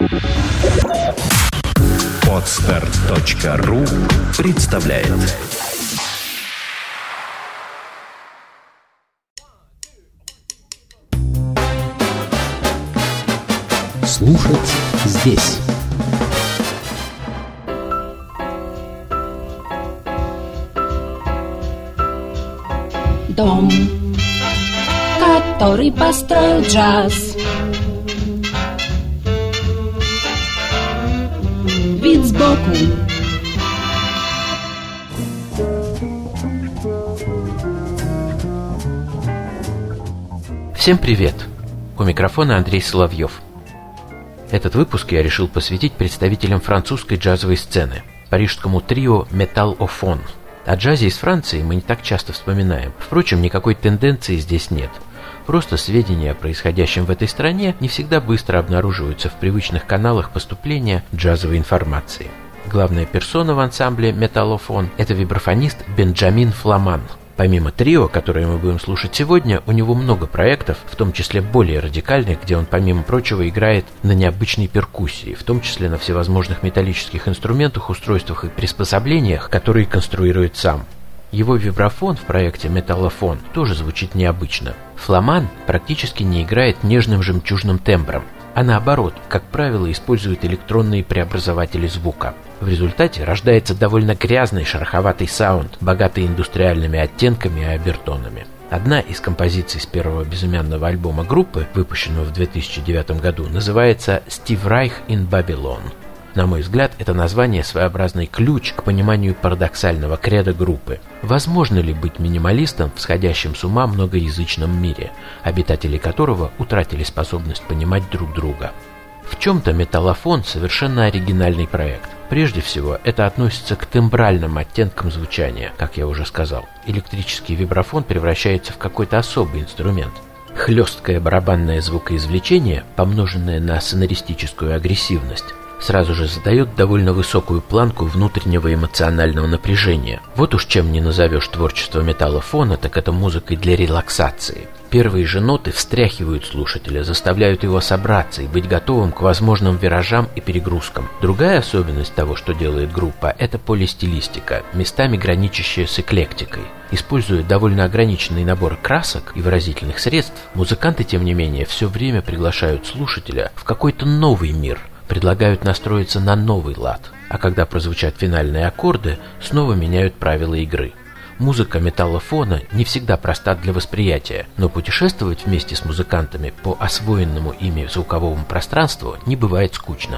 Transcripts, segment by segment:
Podster.ru представляет. Слушать здесь. Дом, который построил джаз. Вид сбоку. Всем привет! У микрофона Андрей Соловьев. Этот выпуск я решил посвятить представителям французской джазовой сцены, парижскому трио Металлофон. О джазе из Франции мы не так часто вспоминаем. Впрочем, никакой тенденции здесь нет. Просто сведения о происходящем в этой стране не всегда быстро обнаруживаются в привычных каналах поступления джазовой информации. Главная персона в ансамбле Металлофон – это вибрафонист Бенджамин Фламан. Помимо трио, которое мы будем слушать сегодня, у него много проектов, в том числе более радикальных, где он, помимо прочего, играет на необычной перкуссии, в том числе на всевозможных металлических инструментах, устройствах и приспособлениях, которые конструирует сам. Его вибрафон в проекте Металлофон тоже звучит необычно. Фламан практически не играет нежным жемчужным тембром, а наоборот, как правило, использует электронные преобразователи звука. В результате рождается довольно грязный шероховатый саунд, богатый индустриальными оттенками и обертонами. Одна из композиций с первого безымянного альбома группы, выпущенного в 2009 году, называется «Steve Reich in Babylon». На мой взгляд, это название своеобразный ключ к пониманию парадоксального кредо группы. Возможно ли быть минималистом в сходящем с ума многоязычном мире, обитатели которого утратили способность понимать друг друга? В чем-то Металлофон совершенно оригинальный проект. Прежде всего, это относится к тембральным оттенкам звучания, как я уже сказал. Электрический вибрафон превращается в какой-то особый инструмент. Хлесткое барабанное звукоизвлечение, помноженное на сонористическую агрессивность, сразу же задает довольно высокую планку внутреннего эмоционального напряжения. Вот уж чем не назовешь творчество Металлофона, так это музыкой для релаксации. Первые же ноты встряхивают слушателя, заставляют его собраться и быть готовым к возможным виражам и перегрузкам. Другая особенность того, что делает группа, это полистилистика, местами граничащая с эклектикой. Используя довольно ограниченный набор красок и выразительных средств, музыканты, тем не менее, все время приглашают слушателя в какой-то новый мир, предлагают настроиться на новый лад, а когда прозвучат финальные аккорды, снова меняют правила игры. Музыка Металлофона не всегда проста для восприятия, но путешествовать вместе с музыкантами по освоенному ими звуковому пространству не бывает скучно.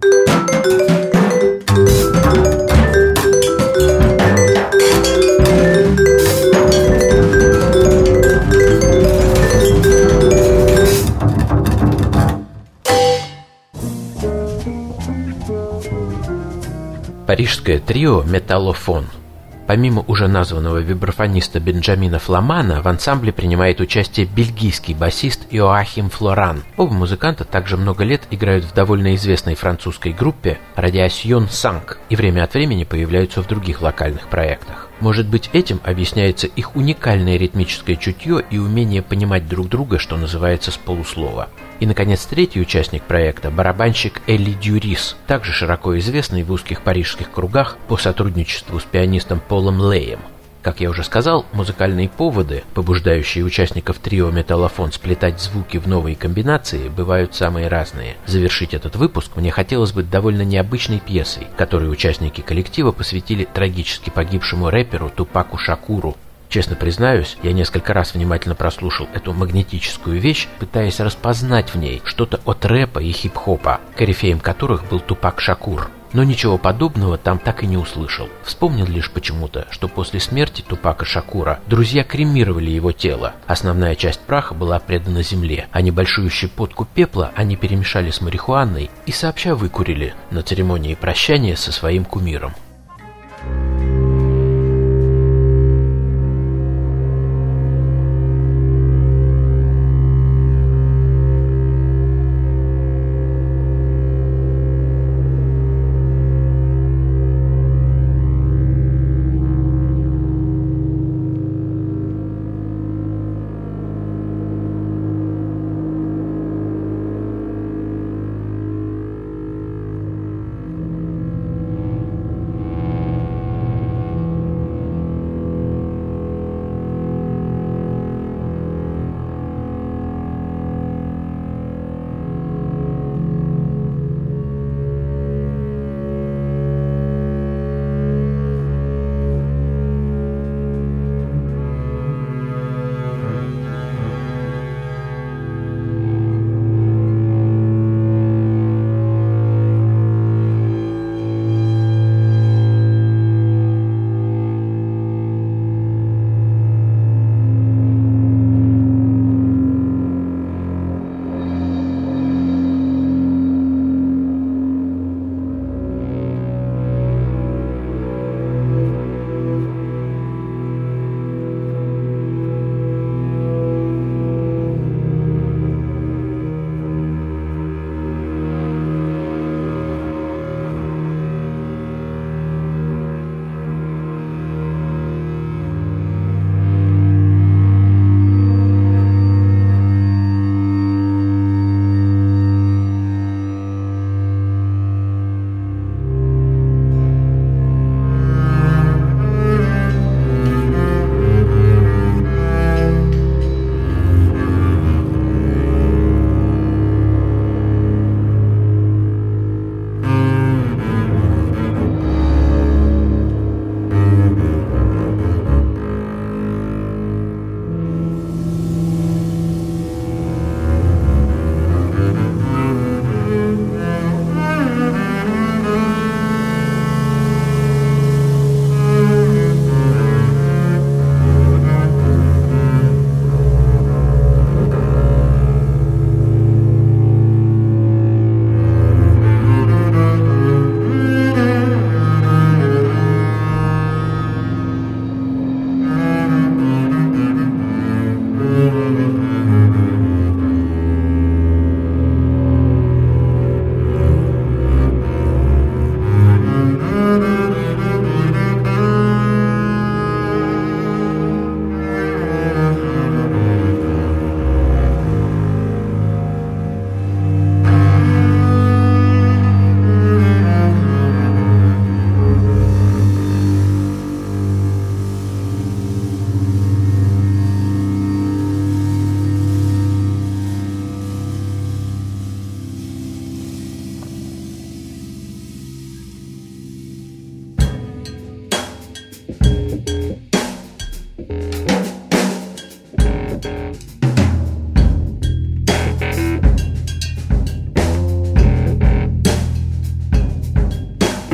Парижское трио «Металлофон». Помимо уже названного вибрафониста Бенджамина Фламана, в ансамбле принимает участие бельгийский басист Йоахим Флоран. Оба музыканта также много лет играют в довольно известной французской группе Radiation 5 и время от времени появляются в других локальных проектах. Может быть, этим объясняется их уникальное ритмическое чутье и умение понимать друг друга, что называется, с полуслова. И, наконец, третий участник проекта – барабанщик Эли Дюрис, также широко известный в узких парижских кругах по сотрудничеству с пианистом Полом Леем. Как я уже сказал, музыкальные поводы, побуждающие участников трио «Металлофон» сплетать звуки в новые комбинации, бывают самые разные. Завершить этот выпуск мне хотелось бы довольно необычной пьесой, которую участники коллектива посвятили трагически погибшему рэперу Тупаку Шакуру. Честно признаюсь, я несколько раз внимательно прослушал эту магнетическую вещь, пытаясь распознать в ней что-то от рэпа и хип-хопа, корифеем которых был Тупак Шакур. Но ничего подобного там так и не услышал. Вспомнил лишь почему-то, что после смерти Тупака Шакура друзья кремировали его тело. Основная часть праха была предана земле, а небольшую щепотку пепла они перемешали с марихуаной и сообща выкурили на церемонии прощания со своим кумиром.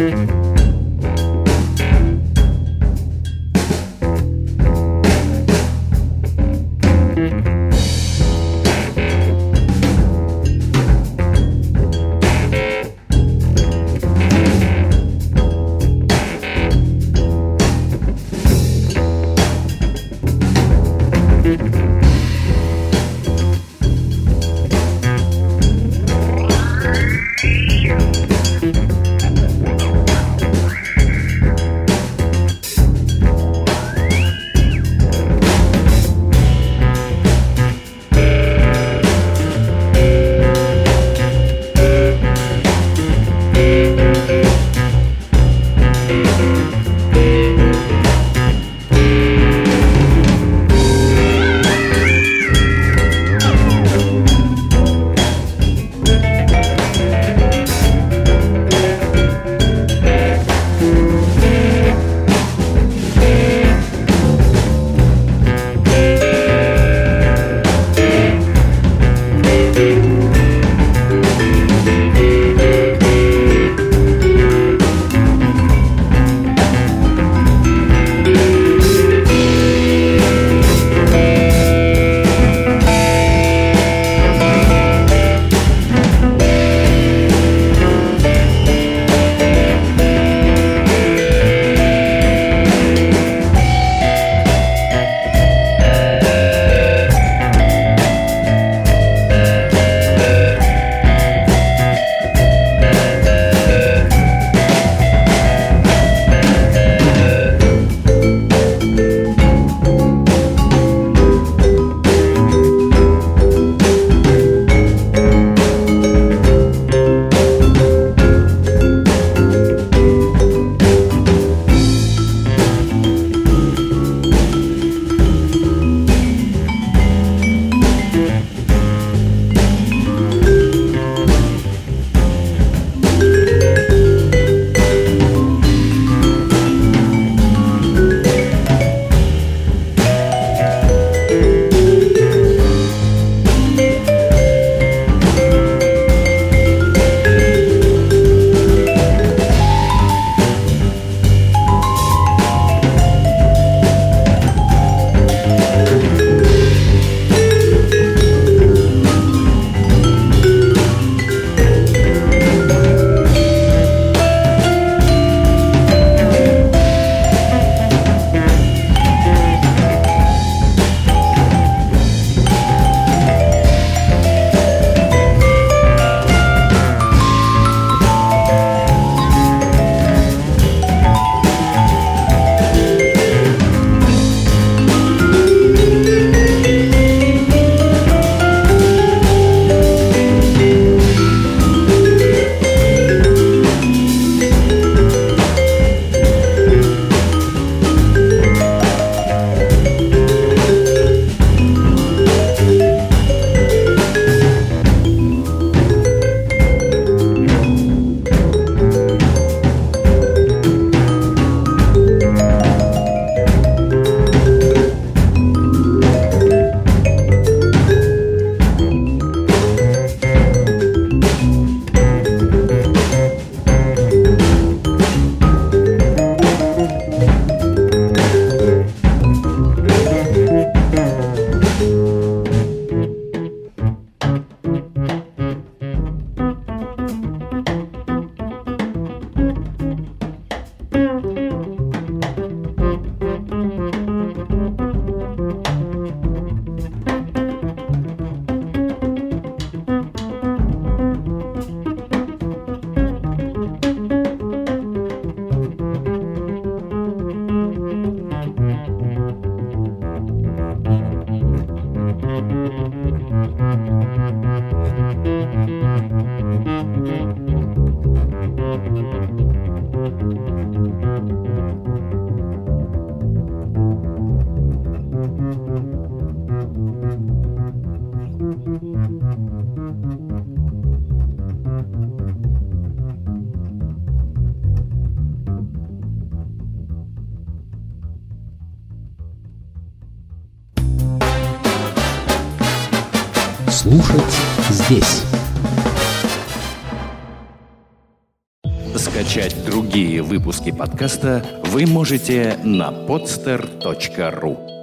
Слушать здесь. Скачать другие выпуски подкаста вы можете на podster.ru.